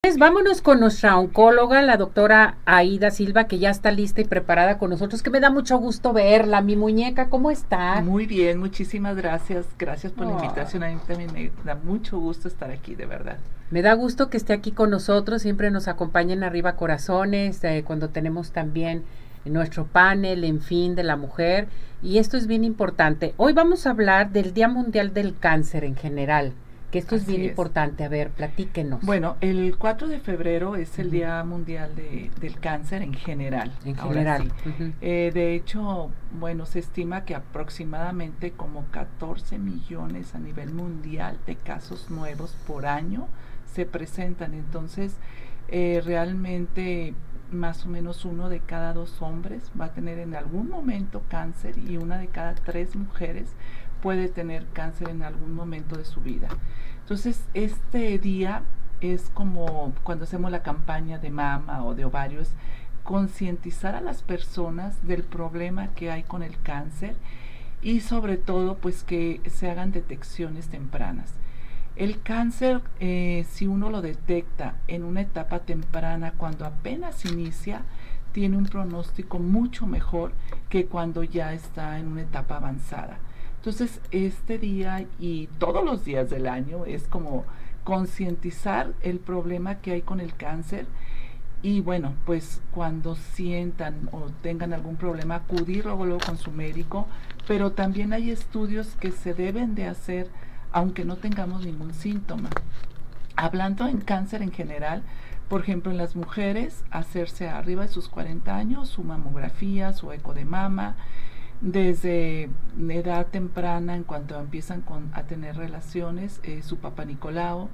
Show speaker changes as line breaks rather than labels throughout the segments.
Vámonos con nuestra oncóloga, la doctora Aida Silva, que ya está lista y preparada con nosotros, que me da mucho gusto verla. Mi muñeca, ¿cómo está?
Muy bien, muchísimas gracias. Gracias por la
Oh.
invitación. A mí también me da mucho gusto estar aquí, de verdad.
Me da gusto que esté aquí con nosotros, siempre nos acompañan Arriba Corazones, cuando tenemos también nuestro panel, en fin, de la mujer, y esto es bien importante. Hoy vamos a hablar del Día Mundial del Cáncer en general, que esto es bien importante. A ver, platíquenos.
Bueno, el 4 de febrero es el Día Mundial del Cáncer en general.
En general.
Sí. De hecho, bueno, se estima que aproximadamente como 14 millones a nivel mundial de casos nuevos por año se presentan. Entonces, realmente más o menos 1 de cada 2 hombres va a tener en algún momento cáncer y 1 de cada 3 mujeres puede tener cáncer en algún momento de su vida. Entonces, este día es como cuando hacemos la campaña de mama o de ovarios, concientizar a las personas del problema que hay con el cáncer y sobre todo pues que se hagan detecciones tempranas. El cáncer, si uno lo detecta en una etapa temprana, cuando apenas inicia, tiene un pronóstico mucho mejor que cuando ya está en una etapa avanzada. Entonces, este día y todos los días del año es como concientizar el problema que hay con el cáncer y bueno, pues cuando sientan o tengan algún problema, acudir luego con su médico, pero también hay estudios que se deben de hacer aunque no tengamos ningún síntoma. Hablando en cáncer en general, por ejemplo, en las mujeres, hacerse arriba de sus 40 años su mamografía, su eco de mama, desde edad temprana, en cuanto empiezan a tener relaciones, su Papá Nicolau.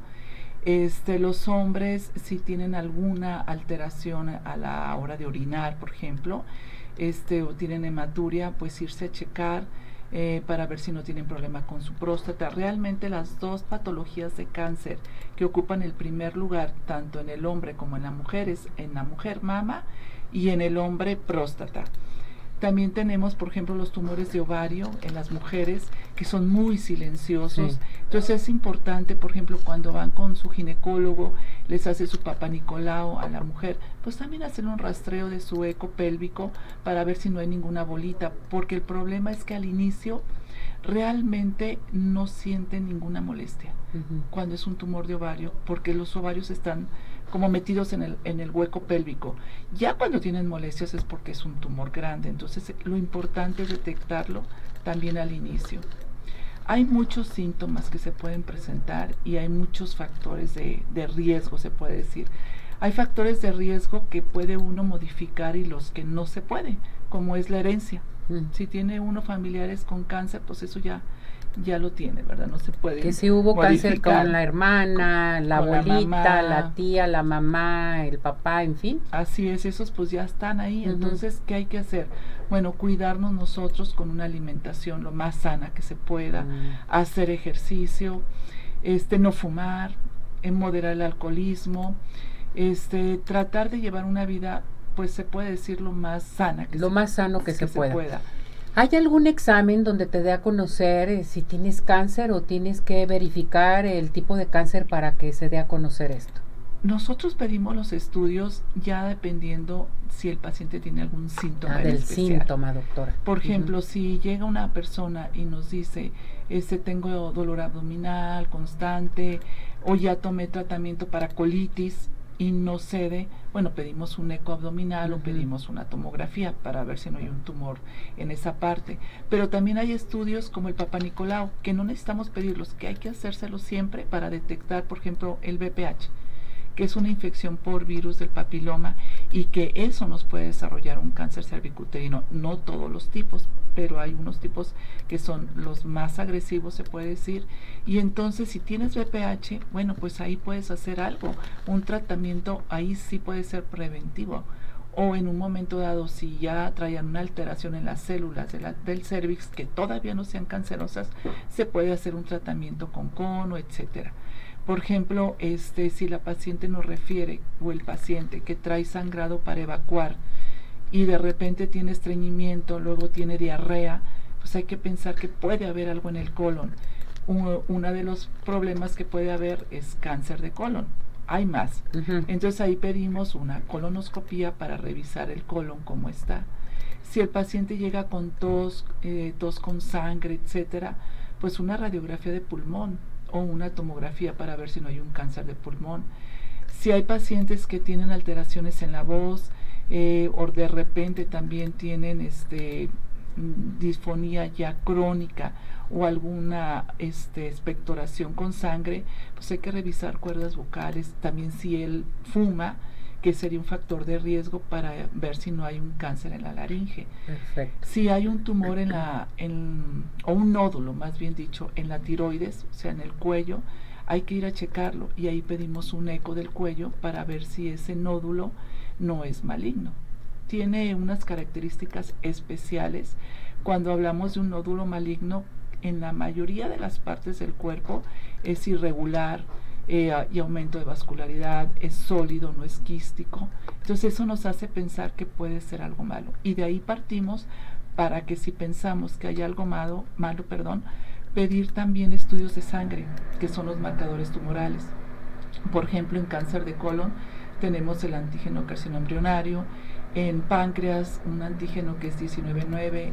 Los hombres, si tienen alguna alteración a la hora de orinar, por ejemplo, o tienen hematuria, pues irse a checar para ver si no tienen problema con su próstata. Realmente las 2 patologías de cáncer que ocupan el primer lugar, tanto en el hombre como en la mujer, es en la mujer mama y en el hombre próstata. También tenemos, por ejemplo, los tumores de ovario en las mujeres, que son muy silenciosos. Sí. Entonces es importante, por ejemplo, cuando van con su ginecólogo, les hace su Papá Nicolau a la mujer, pues también hacer un rastreo de su eco pélvico para ver si no hay ninguna bolita, porque el problema es que al inicio realmente no sienten ninguna molestia cuando es un tumor de ovario, porque los ovarios están como metidos en el hueco pélvico. Ya cuando tienen molestias es porque es un tumor grande, entonces lo importante es detectarlo también al inicio. Hay muchos síntomas que se pueden presentar y hay muchos factores de riesgo, se puede decir. Hay factores de riesgo que puede uno modificar y los que no se puede, como es la herencia. Si tiene uno familiares con cáncer, pues eso ya lo tiene, ¿verdad? No se puede.
Que si hubo cáncer con la hermana, la abuelita, la tía, la mamá, el papá, en fin.
Así es, esos pues ya están ahí. Entonces, ¿qué hay que hacer? Bueno, cuidarnos nosotros con una alimentación lo más sana que se pueda, hacer ejercicio, no fumar, moderar el alcoholismo, tratar de llevar una vida, pues se puede decir lo más sana que
lo más sano que se pueda.
pueda.
¿Hay algún examen donde te dé a conocer si tienes cáncer o tienes que verificar el tipo de cáncer para que se dé a conocer esto?
Nosotros pedimos los estudios ya dependiendo si el paciente tiene algún síntoma
del síntoma, doctora.
Por ejemplo, si llega una persona y nos dice, tengo dolor abdominal constante o ya tomé tratamiento para colitis y no cede, bueno, pedimos un eco abdominal o pedimos una tomografía para ver si no hay un tumor en esa parte. Pero también hay estudios como el Papá Nicolau, que no necesitamos pedirlos, que hay que hacérselos siempre para detectar, por ejemplo, el VPH, que es una infección por virus del papiloma y que eso nos puede desarrollar un cáncer cervicuterino. No todos los tipos, pero hay unos tipos que son los más agresivos, se puede decir. Y entonces, si tienes VPH, bueno, pues ahí puedes hacer algo. Un tratamiento ahí sí puede ser preventivo. O en un momento dado, si ya traían una alteración en las células del cervix que todavía no sean cancerosas, se puede hacer un tratamiento con cono, etcétera. Por ejemplo, si la paciente nos refiere o el paciente que trae sangrado para evacuar y de repente tiene estreñimiento, luego tiene diarrea, pues hay que pensar que puede haber algo en el colon. Uno de los problemas que puede haber es cáncer de colon. hay más. Entonces ahí pedimos una colonoscopía para revisar el colon cómo está. Si el paciente llega con tos, tos con sangre, etcétera, pues una radiografía de pulmón o una tomografía para ver si no hay un cáncer de pulmón. Si hay pacientes que tienen alteraciones en la voz, o de repente también tienen disfonía ya crónica o alguna expectoración con sangre, pues hay que revisar cuerdas vocales. También si él fuma, que sería un factor de riesgo para ver si no hay un cáncer en la laringe.
Perfecto.
Si hay un tumor o un nódulo, más bien dicho, en la tiroides, o sea, en el cuello, hay que ir a checarlo y ahí pedimos un eco del cuello para ver si ese nódulo no es maligno. Tiene unas características especiales. Cuando hablamos de un nódulo maligno, en la mayoría de las partes del cuerpo es irregular y aumento de vascularidad, es sólido, no es quístico. Entonces eso nos hace pensar que puede ser algo malo. Y de ahí partimos para que si pensamos que hay algo malo, pedir también estudios de sangre, que son los marcadores tumorales. Por ejemplo, en cáncer de colon tenemos el antígeno carcinoma embrionario, en páncreas un antígeno que es 19.9,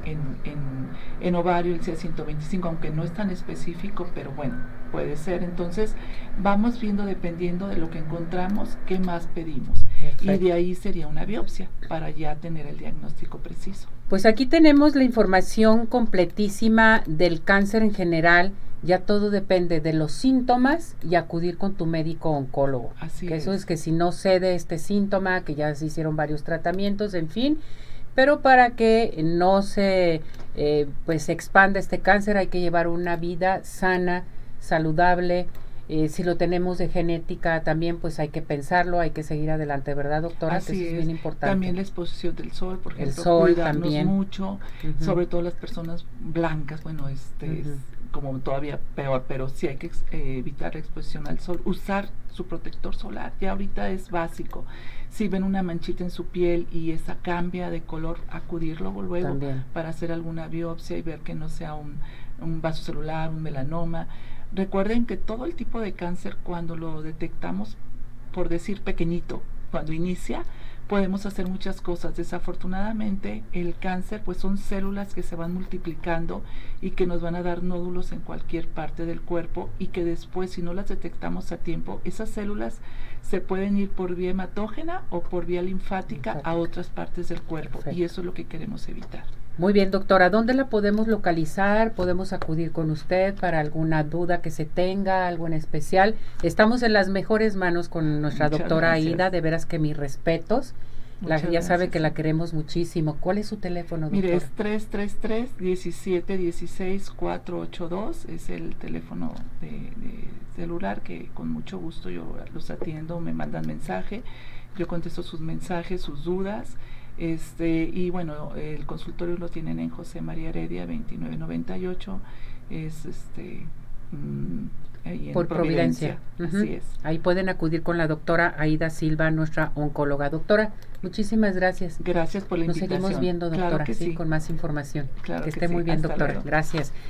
en ovario el CA125, aunque no es tan específico, pero bueno, puede ser. Entonces vamos viendo, dependiendo de lo que encontramos, qué más pedimos. Perfecto. Y de ahí sería una biopsia para ya tener el diagnóstico preciso.
Pues aquí tenemos la información completísima del cáncer en general. Ya todo depende de los síntomas y acudir con tu médico oncólogo.
Así
que
es.
Eso es que si no cede este síntoma, que ya se hicieron varios tratamientos, en fin, pero para que no se pues expanda este cáncer hay que llevar una vida sana, saludable. Si lo tenemos de genética también, pues hay que pensarlo, hay que seguir adelante, ¿verdad, doctora?
Así
que eso es bien importante.
También la exposición del sol, por ejemplo,
el sol
cuidarnos
también.
mucho, sobre todo las personas blancas, bueno, es como todavía peor, pero sí hay que evitar la exposición al sol, usar su protector solar, ya ahorita es básico. Si ven una manchita en su piel y esa cambia de color, acudir luego también para hacer alguna biopsia y ver que no sea un vaso celular, un melanoma. Recuerden que todo el tipo de cáncer, cuando lo detectamos, por decir pequeñito, cuando inicia, podemos hacer muchas cosas. Desafortunadamente, el cáncer pues son células que se van multiplicando y que nos van a dar nódulos en cualquier parte del cuerpo, y que después, si no las detectamos a tiempo, esas células se pueden ir por vía hematógena o por vía linfática a otras partes del cuerpo. Perfecto. Y eso es lo que queremos evitar.
Muy bien, doctora, ¿dónde la podemos localizar? ¿Podemos acudir con usted para alguna duda que se tenga, algo en especial? Estamos en las mejores manos con nuestra doctora Aida, de veras que mis respetos. Ya sabe que la queremos muchísimo. ¿Cuál es su teléfono, doctora?
Mire, es 333-1716-482, es el teléfono de celular, que con mucho gusto yo los atiendo, me mandan mensaje, yo contesto sus mensajes, sus dudas. Y bueno, el consultorio lo tienen en José María Heredia 2998, es ahí en
por Providencia.
Así es.
Ahí pueden acudir con la doctora Aida Silva, nuestra oncóloga. Doctora, muchísimas gracias.
Gracias por la invitación.
Nos seguimos viendo, doctora,
claro que sí,
con más información.
Claro
que esté muy bien,
Hasta
doctora.
luego.
Gracias.